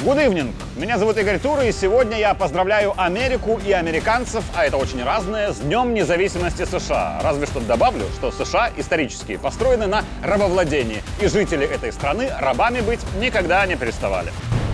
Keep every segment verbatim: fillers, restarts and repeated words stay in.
Good evening! Меня зовут Игорь Тур, и сегодня я поздравляю Америку и американцев, а это очень разное, с Днем независимости США. Разве что добавлю, что США исторически построены на рабовладении, и жители этой страны рабами быть никогда не переставали.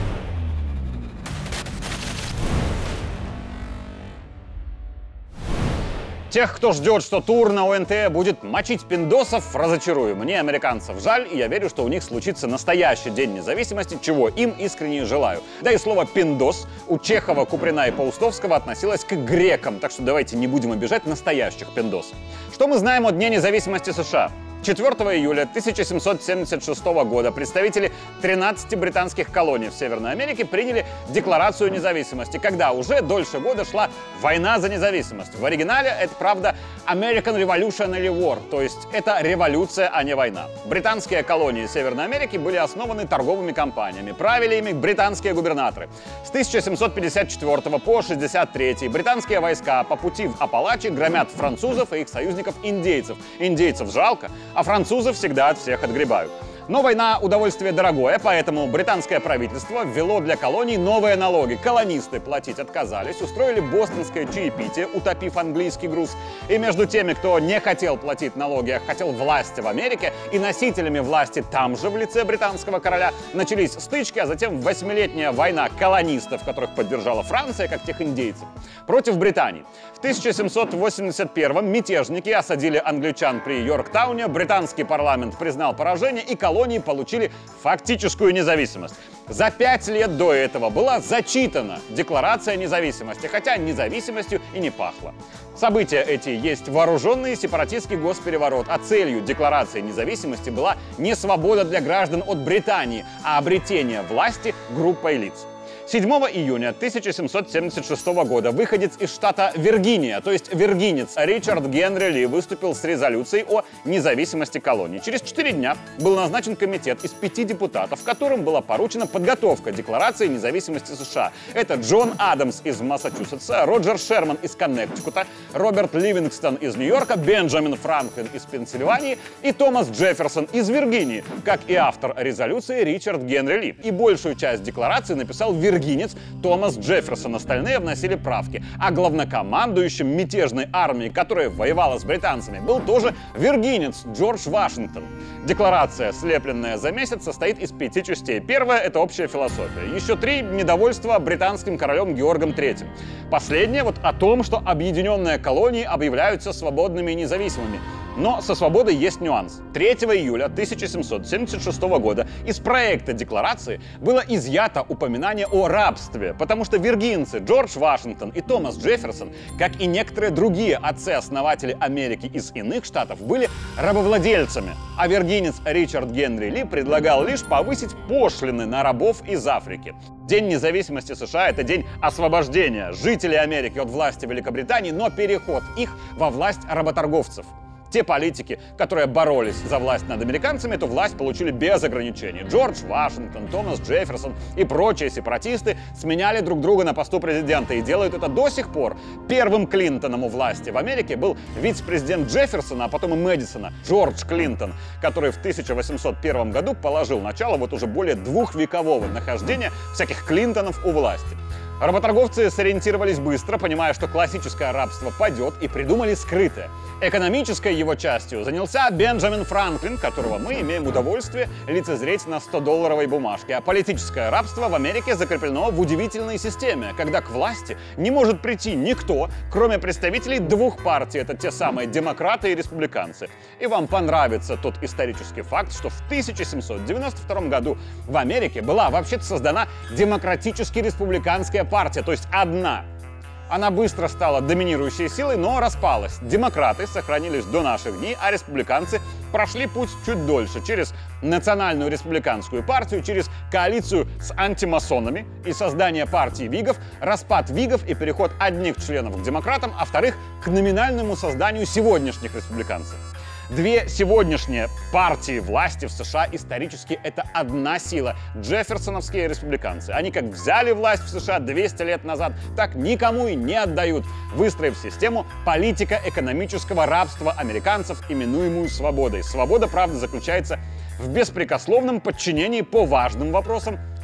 Тех, кто ждет, что тур на ОНТ будет мочить пиндосов, разочарую. Мне американцев жаль, и я верю, что у них случится настоящий День независимости, чего им искренне желаю. Да и слово «пиндос» у Чехова, Куприна и Паустовского относилось к грекам, так что давайте не будем обижать настоящих пиндосов. Что мы знаем о Дне независимости США? четвёртого июля тысяча семьсот семьдесят шестого года представители тринадцати британских колоний в Северной Америке приняли Декларацию независимости, когда уже дольше года шла война за независимость. В оригинале это, правда, American Revolutionary War, то есть это революция, а не война. Британские колонии Северной Америки были основаны торговыми компаниями, правили ими британские губернаторы. С тысяча семьсот пятьдесят четвёртого по шестьдесят третий британские войска по пути в Апалачи громят французов и их союзников-индейцев. Индейцев жалко, а французы всегда от всех отгребают. Но война – удовольствие дорогое, поэтому британское правительство ввело для колоний новые налоги. Колонисты платить отказались, устроили бостонское чаепитие, утопив английский груз. И между теми, кто не хотел платить налоги, а хотел власти в Америке, и носителями власти там же в лице британского короля, начались стычки, а затем восьмилетняя война колонистов, которых поддержала Франция, как тех индейцев, против Британии. В тысяча семьсот восемьдесят первом мятежники осадили англичан при Йорктауне, британский парламент признал поражение, и колонии Колонии получили фактическую независимость. За пять лет до этого была зачитана Декларация независимости, хотя независимостью и не пахло. События эти есть вооруженный сепаратистский госпереворот, а целью Декларации независимости была не свобода для граждан от Британии, а обретение власти группой лиц. седьмого июня тысяча семьсот семьдесят шестого года выходец из штата Виргиния, то есть виргинец Ричард Генри Ли, выступил с резолюцией о независимости колоний. Через четыре дня был назначен комитет из пяти депутатов, которым была поручена подготовка Декларации независимости США. Это Джон Адамс из Массачусетса, Роджер Шерман из Коннектикута, Роберт Ливингстон из Нью-Йорка, Бенджамин Франклин из Пенсильвании и Томас Джефферсон из Виргинии, как и автор резолюции Ричард Генри Ли. И большую часть декларации написал Виргинец Томас Джефферсон, остальные вносили правки. А главнокомандующим мятежной армии, которая воевала с британцами, был тоже виргинец Джордж Вашингтон. Декларация, слепленная за месяц, состоит из пяти частей. Первая — это общая философия. Еще три — недовольство британским королем Георгом третьим. Последнее вот о том, что объединенные колонии объявляются свободными и независимыми. Но со свободой есть нюанс. третьего июля тысяча семьсот семьдесят шестого года из проекта декларации было изъято упоминание о рабстве, потому что виргинцы Джордж Вашингтон и Томас Джефферсон, как и некоторые другие отцы-основатели Америки из иных штатов, были рабовладельцами, а виргинец Ричард Генри Ли предлагал лишь повысить пошлины на рабов из Африки. День независимости США — это день освобождения жителей Америки от власти Великобритании, но переход их во власть работорговцев. Те политики, которые боролись за власть над американцами, эту власть получили без ограничений. Джордж Вашингтон, Томас Джефферсон и прочие сепаратисты сменяли друг друга на посту президента и делают это до сих пор. Первым Клинтоном у власти в Америке был вице-президент Джефферсона, а потом и Мэдисона, Джордж Клинтон, который в тысяча восемьсот первом году положил начало вот уже более двухвекового нахождения всяких Клинтонов у власти. Работорговцы сориентировались быстро, понимая, что классическое рабство падет, и придумали скрытое. Экономической его частью занялся Бенджамин Франклин, которого мы имеем удовольствие лицезреть на сто-долларовой бумажке. А политическое рабство в Америке закреплено в удивительной системе, когда к власти не может прийти никто, кроме представителей двух партий. Это те самые демократы и республиканцы. И вам понравится тот исторический факт, что в тысяча семьсот девяносто втором году в Америке была вообще-то создана демократически-республиканская партия, то есть одна. Она быстро стала доминирующей силой, но распалась. Демократы сохранились до наших дней, а республиканцы прошли путь чуть дольше, через национальную республиканскую партию, через коалицию с антимасонами и создание партии Вигов, распад Вигов и переход одних членов к демократам, а вторых к номинальному созданию сегодняшних республиканцев. Две сегодняшние партии власти в США исторически это одна сила – джефферсоновские республиканцы. Они как взяли власть в США двести лет назад, так никому и не отдают, выстроив систему политико-экономического рабства американцев, именуемую свободой. Свобода, правда, заключается в беспрекословном подчинении по важным вопросам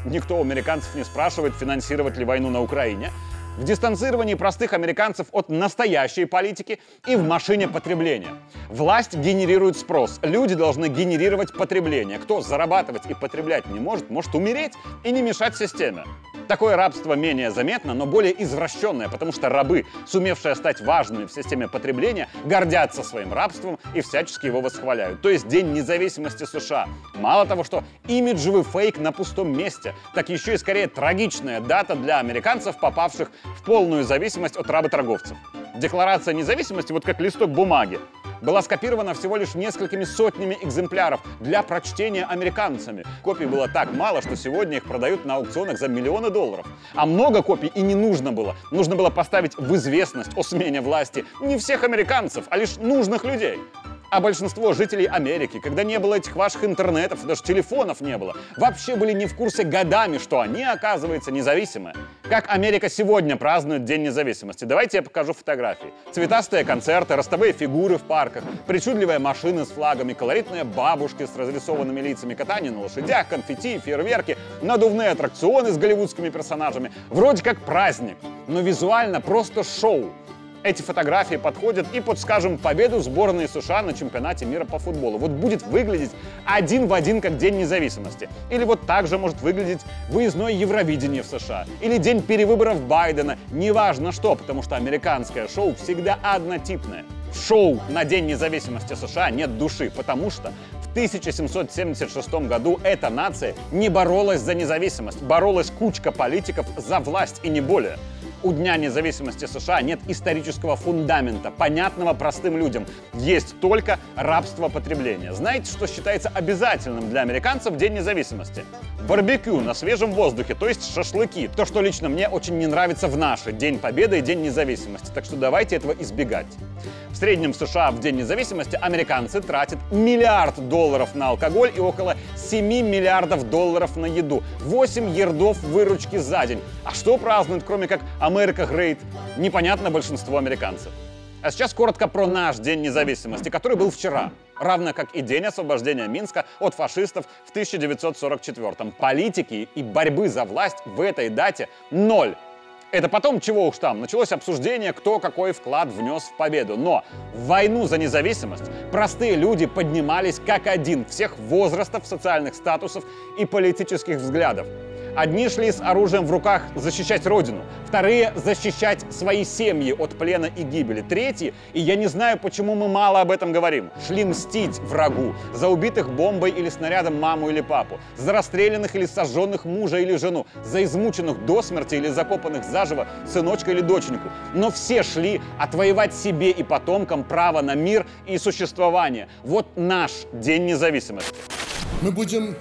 Никто у американцев не спрашивает, финансировать ли войну на Украине. В дистанцировании простых американцев от настоящей политики и в машине потребления. Власть генерирует спрос. Люди должны генерировать потребление. Кто зарабатывать и потреблять не может, может умереть и не мешать системе. Такое рабство менее заметно, но более извращенное, потому что рабы, сумевшие стать важными в системе потребления, гордятся своим рабством и всячески его восхваляют. То есть День независимости США. Мало того, что имиджевый фейк на пустом месте, так еще и скорее трагичная дата для американцев, попавших в полную зависимость от работорговцев. Декларация независимости, вот как листок бумаги, была скопирована всего лишь несколькими сотнями экземпляров для прочтения американцами. Копий было так мало, что сегодня их продают на аукционах за миллионы долларов. А много копий и не нужно было. Нужно было поставить в известность о смене власти не всех американцев, а лишь нужных людей. А большинство жителей Америки, когда не было этих ваших интернетов, даже телефонов не было, вообще были не в курсе годами, что они, оказывается, независимые. Как Америка сегодня празднует День независимости? Давайте я покажу фотографии. Цветастые концерты, ростовые фигуры в парках, причудливые машины с флагами, колоритные бабушки с разрисованными лицами, катание на лошадях, конфетти, фейерверки, надувные аттракционы с голливудскими персонажами. Вроде как праздник, но визуально просто шоу. Эти фотографии подходят и под, скажем, победу сборной США на чемпионате мира по футболу. Вот будет выглядеть один в один, как День независимости. Или вот так же может выглядеть выездное Евровидение в США. Или день перевыборов Байдена. Неважно что, потому что американское шоу всегда однотипное. В шоу на День независимости США нет души, потому что в тысяча семьсот семьдесят шестом году эта нация не боролась за независимость. Боролась кучка политиков за власть и не более. У Дня независимости США нет исторического фундамента, понятного простым людям. Есть только рабство потребления. Знаете, что считается обязательным для американцев в День независимости? Барбекю на свежем воздухе, то есть шашлыки. То, что лично мне очень не нравится в наши День Победы и День независимости. Так что давайте этого избегать. В среднем в США в День независимости американцы тратят миллиард долларов на алкоголь и около семи миллиардов долларов на еду. восемь ярдов выручки за день. А что празднуют, кроме как America Great? Непонятно большинству американцев. А сейчас коротко про наш День независимости, который был вчера. Равно как и День освобождения Минска от фашистов в тысяча девятьсот сорок четвёртом. Политики и борьбы за власть в этой дате ноль. Это потом, чего уж там, началось обсуждение, кто какой вклад внес в победу. Но в войну за независимость простые люди поднимались как один, всех возрастов, социальных статусов и политических взглядов. Одни шли с оружием в руках защищать родину, вторые защищать свои семьи от плена и гибели, третьи, и я не знаю, почему мы мало об этом говорим, шли мстить врагу за убитых бомбой или снарядом маму или папу, за расстрелянных или сожженных мужа или жену, за измученных до смерти или закопанных заживо сыночка или доченьку. Но все шли отвоевать себе и потомкам право на мир и существование. Вот наш День независимости. Мы будем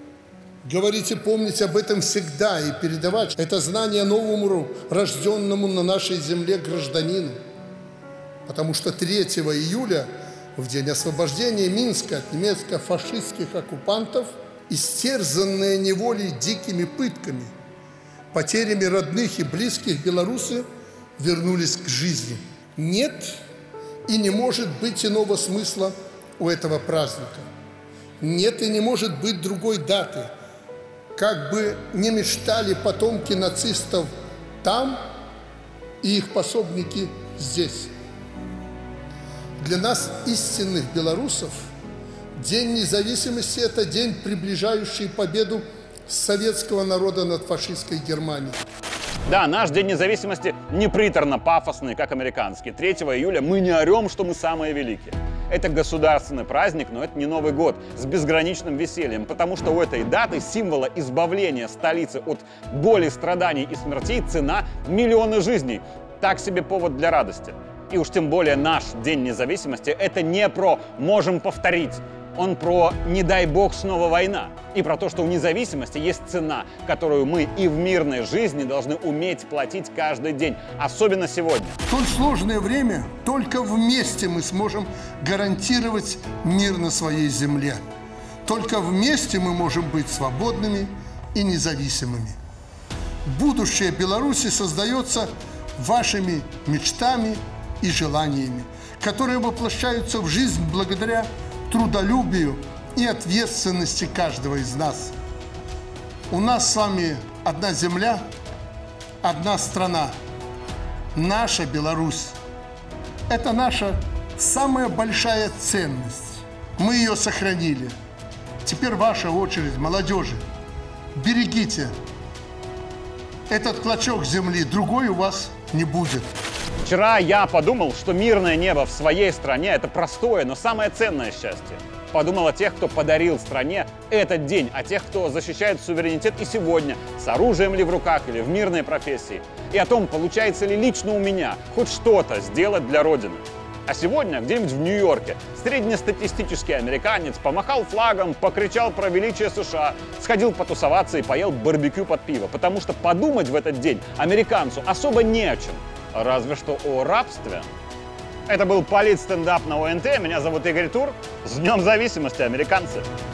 говорить и помнить об этом всегда и передавать это знание новому рожденному на нашей земле гражданину. Потому что третьего июля, в день освобождения Минска от немецко-фашистских оккупантов, истерзанные неволей дикими пытками, потерями родных и близких, белорусы вернулись к жизни. Нет и не может быть иного смысла у этого праздника. Нет и не может быть другой даты. Как бы не мечтали потомки нацистов там и их пособники здесь. Для нас, истинных белорусов, День независимости – это день, приближающий победу советского народа над фашистской Германией. Да, наш День независимости не приторно-пафосный, как американский. третьего июля мы не орем, что мы самые великие. Это государственный праздник, но это не Новый год с безграничным весельем, потому что у этой даты символа избавления столицы от боли, страданий и смертей цена миллионы жизней. Так себе повод для радости. И уж тем более наш День независимости – это не про «можем повторить». Он про «не дай бог снова война» и про то, что у независимости есть цена, которую мы и в мирной жизни должны уметь платить каждый день, особенно сегодня. В столь сложное время только вместе мы сможем гарантировать мир на своей земле. Только вместе мы можем быть свободными и независимыми. Будущее Беларуси создается вашими мечтами и желаниями, которые воплощаются в жизнь благодаря трудолюбию и ответственности каждого из нас. У нас с вами одна земля, одна страна. Наша Беларусь. Это наша самая большая ценность. Мы ее сохранили. Теперь ваша очередь, молодежи. Берегите этот клочок земли, другой у вас не будет. Вчера я подумал, что мирное небо в своей стране – это простое, но самое ценное счастье. Подумал о тех, кто подарил стране этот день, о тех, кто защищает суверенитет и сегодня, с оружием ли в руках или в мирной профессии, и о том, получается ли лично у меня хоть что-то сделать для Родины. А сегодня где-нибудь в Нью-Йорке среднестатистический американец помахал флагом, покричал про величие США, сходил потусоваться и поел барбекю под пиво, потому что подумать в этот день американцу особо не о чем, разве что о рабстве. Это был политстендап на ОНТ. Меня зовут Игорь Тур. С Днем зависимости, американцы!